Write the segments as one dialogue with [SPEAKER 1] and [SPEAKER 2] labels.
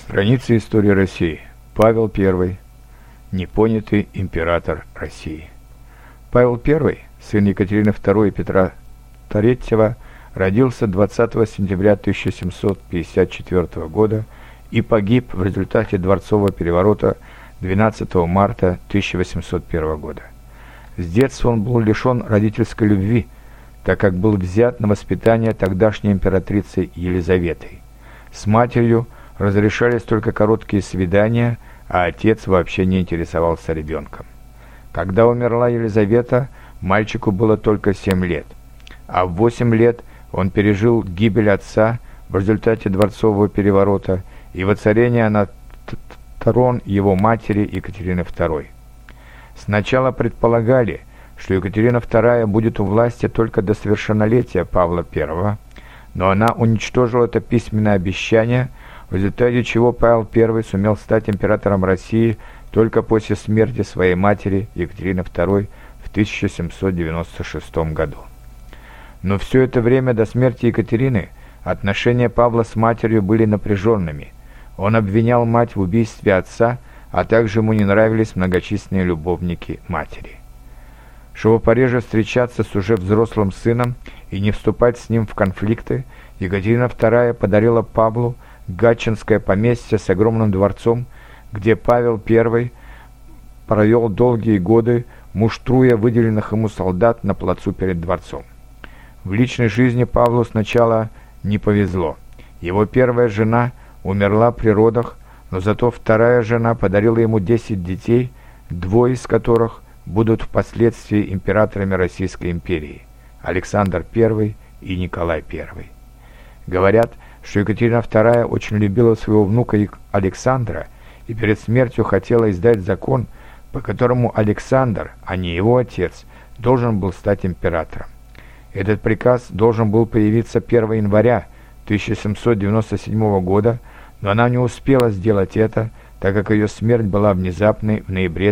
[SPEAKER 1] Страница истории России. Павел I. Непонятый император России. Павел I, сын Екатерины II и Петра III, родился 20 сентября 1754 года и погиб в результате дворцового переворота 12 марта 1801 года. С детства он был лишен родительской любви, так как был взят на воспитание тогдашней императрицей Елизаветой. С матерью разрешались только короткие свидания, а отец вообще не интересовался ребенком. Когда умерла Елизавета, мальчику было только 7 лет, а в 8 лет он пережил гибель отца в результате дворцового переворота и воцарение на трон его матери Екатерины II. Сначала предполагали, что Екатерина II будет у власти только до совершеннолетия Павла I, но она уничтожила это письменное обещание, в результате чего Павел I сумел стать императором России только после смерти своей матери Екатерины II в 1796 году. Но все это время до смерти Екатерины отношения Павла с матерью были напряженными. Он обвинял мать в убийстве отца, а также ему не нравились многочисленные любовники матери. Чтобы пореже встречаться с уже взрослым сыном и не вступать с ним в конфликты, Екатерина II подарила Павлу Гатчинское поместье с огромным дворцом, где Павел I провел долгие годы, муштруя выделенных ему солдат на плацу перед дворцом. В личной жизни Павлу сначала не повезло. Его первая жена умерла при родах, но зато вторая жена подарила ему 10 детей, 2 из которых будут впоследствии императорами Российской империи – Александр I и Николай I. Говорят, что Екатерина II очень любила своего внука Александра и перед смертью хотела издать закон, по которому Александр, а не его отец, должен был стать императором. Этот приказ должен был появиться 1 января 1797 года, но она не успела сделать это, так как ее смерть была внезапной в ноябре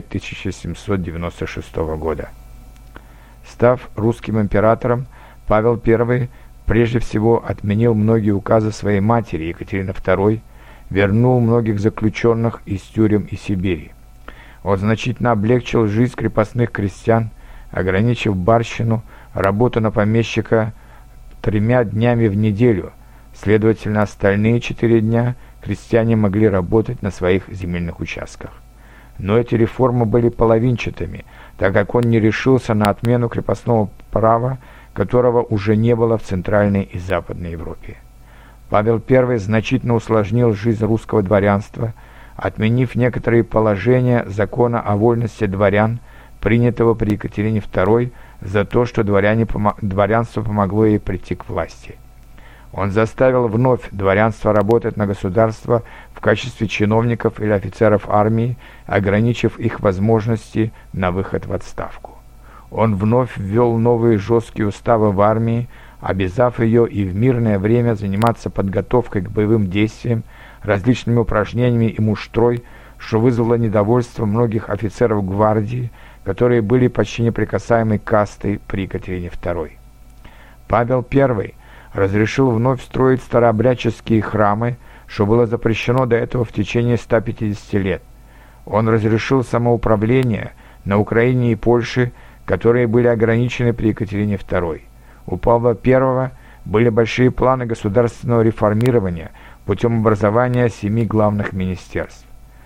[SPEAKER 1] 1796 года. Став русским императором, Павел I прежде всего отменил многие указы своей матери Екатерины II, вернул многих заключенных из тюрем и Сибири. Он значительно облегчил жизнь крепостных крестьян, ограничив барщину, работу на помещика 3 днями в неделю, следовательно, остальные 4 дня крестьяне могли работать на своих земельных участках. Но эти реформы были половинчатыми, так как он не решился на отмену крепостного права, которого уже не было в Центральной и Западной Европе. Павел I значительно усложнил жизнь русского дворянства, отменив некоторые положения закона о вольности дворян, принятого при Екатерине II за то, что дворянство помогло ей прийти к власти. Он заставил вновь дворянство работать на государство в качестве чиновников или офицеров армии, ограничив их возможности на выход в отставку. Он вновь ввел новые жесткие уставы в армии, обязав ее и в мирное время заниматься подготовкой к боевым действиям, различными упражнениями и муштрой, что вызвало недовольство многих офицеров гвардии, которые были почти неприкасаемой кастой при Екатерине II. Павел I разрешил вновь строить старообрядческие храмы, что было запрещено до этого в течение 150 лет. Он разрешил самоуправление на Украине и Польше, которые были ограничены при Екатерине II. У Павла I были большие планы государственного реформирования путем образования 7 главных министерств.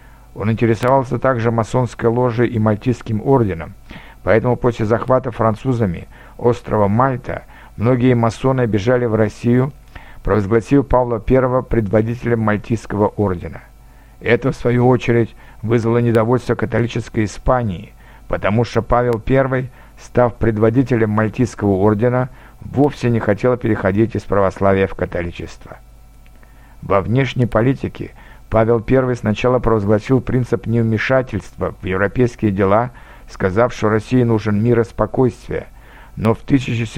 [SPEAKER 1] Он интересовался также масонской ложей и Мальтийским орденом, поэтому после захвата французами острова Мальта многие масоны бежали в Россию, провозгласив Павла I предводителем Мальтийского ордена. Это, в свою очередь, вызвало недовольство католической Испании, потому что Павел I, став предводителем Мальтийского ордена, вовсе не хотел переходить из православия в католичество. Во внешней политике Павел I сначала провозгласил принцип невмешательства в европейские дела, сказав, что России нужен мир и спокойствие, но в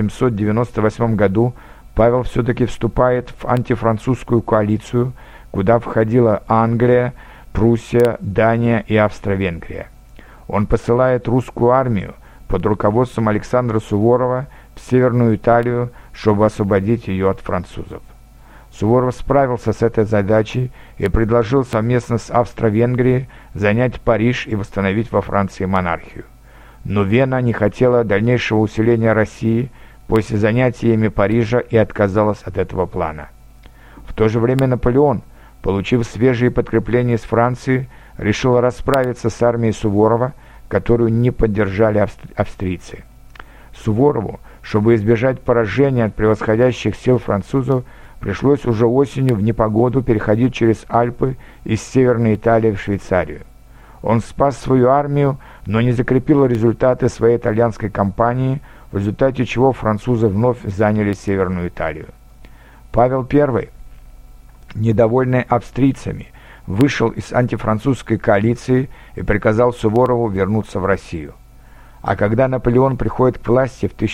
[SPEAKER 1] 1798 году Павел все-таки вступает в антифранцузскую коалицию, куда входила Англия, Пруссия, Дания и Австро-Венгрия. Он посылает русскую армию под руководством Александра Суворова в Северную Италию, чтобы освободить ее от французов. Суворов справился с этой задачей и предложил совместно с Австро-Венгрией занять Париж и восстановить во Франции монархию. Но Вена не хотела дальнейшего усиления России после занятия ими Парижа и отказалась от этого плана. В то же время Наполеон, получив свежие подкрепления из Франции, решил расправиться с армией Суворова, которую не поддержали австрийцы. Суворову, чтобы избежать поражения от превосходящих сил французов, пришлось уже осенью в непогоду переходить через Альпы из Северной Италии в Швейцарию. Он спас свою армию, но не закрепил результаты своей итальянской кампании, в результате чего французы вновь заняли Северную Италию. Павел I, недовольный австрийцами, вышел из антифранцузской коалиции и приказал Суворову вернуться в Россию. А когда Наполеон приходит к власти в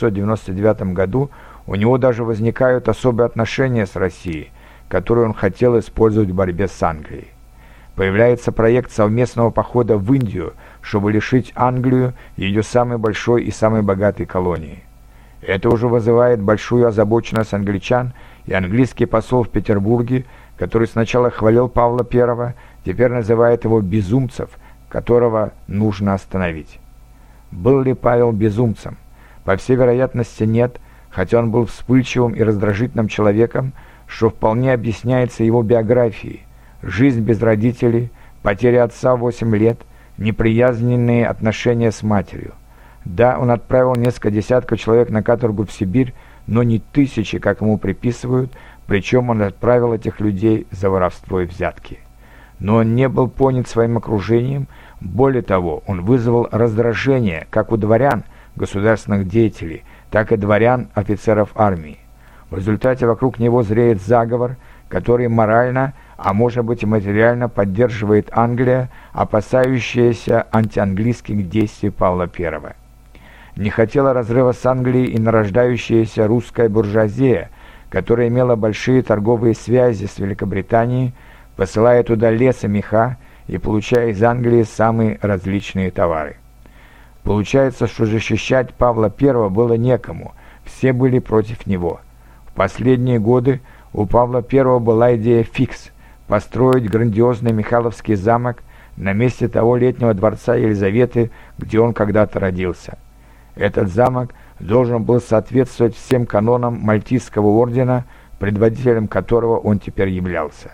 [SPEAKER 1] 1799 году, у него даже возникают особые отношения с Россией, которые он хотел использовать в борьбе с Англией. Появляется проект совместного похода в Индию, чтобы лишить Англию ее самой большой и самой богатой колонии. Это уже вызывает большую озабоченность англичан, и английский посол в Петербурге, который сначала хвалил Павла I, теперь называет его безумцем, которого нужно остановить. Был ли Павел безумцем? По всей вероятности нет, хотя он был вспыльчивым и раздражительным человеком, что вполне объясняется его биографией. Жизнь без родителей, потеря отца в 8 лет, неприязненные отношения с матерью. Да, он отправил несколько десятков человек на каторгу в Сибирь, но не тысячи, как ему приписывают, причем он отправил этих людей за воровство и взятки. Но он не был понят своим окружением, более того, он вызвал раздражение как у дворян, государственных деятелей, так и дворян, офицеров армии. В результате вокруг него зреет заговор, который морально, а может быть и материально поддерживает Англия, опасающаяся антианглийских действий Павла I. Не хотела разрыва с Англией и нарождающаяся русская буржуазия, которая имела большие торговые связи с Великобританией, посылая туда лес и меха и получая из Англии самые различные товары. Получается, что защищать Павла I было некому, все были против него. В последние годы у Павла I была идея фикс – построить грандиозный Михайловский замок на месте того летнего дворца Елизаветы, где он когда-то родился. Этот замок должен был соответствовать всем канонам Мальтийского ордена, предводителем которого он теперь являлся.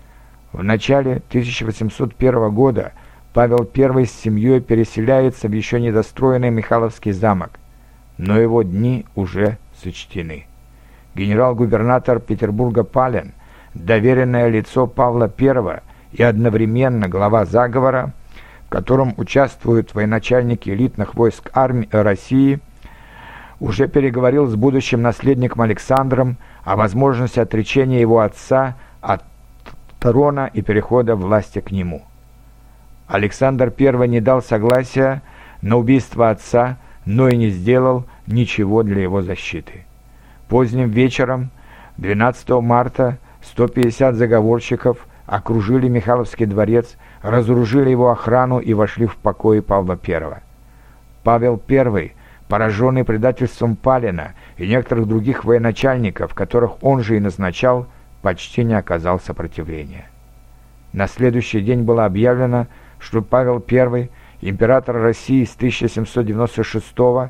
[SPEAKER 1] В начале 1801 года Павел I с семьей переселяется в еще недостроенный Михайловский замок, но его дни уже сочтены. Генерал-губернатор Петербурга Пален, доверенное лицо Павла I и одновременно глава заговора, в котором участвуют военачальники элитных войск армии России, уже переговорил с будущим наследником Александром о возможности отречения его отца от трона и перехода власти к нему. Александр I не дал согласия на убийство отца, но и не сделал ничего для его защиты. Поздним вечером, 12 марта, 150 заговорщиков окружили Михайловский дворец, разоружили его охрану и вошли в покои Павла I. Павел I, пораженный предательством Палена и некоторых других военачальников, которых он же и назначал, почти не оказал сопротивления. На следующий день было объявлено, что Павел I, император России с 1796 по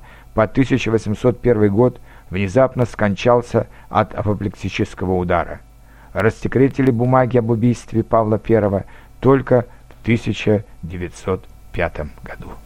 [SPEAKER 1] 1801 год, внезапно скончался от апоплексического удара. Рассекретили бумаги об убийстве Павла I только в 1905 году.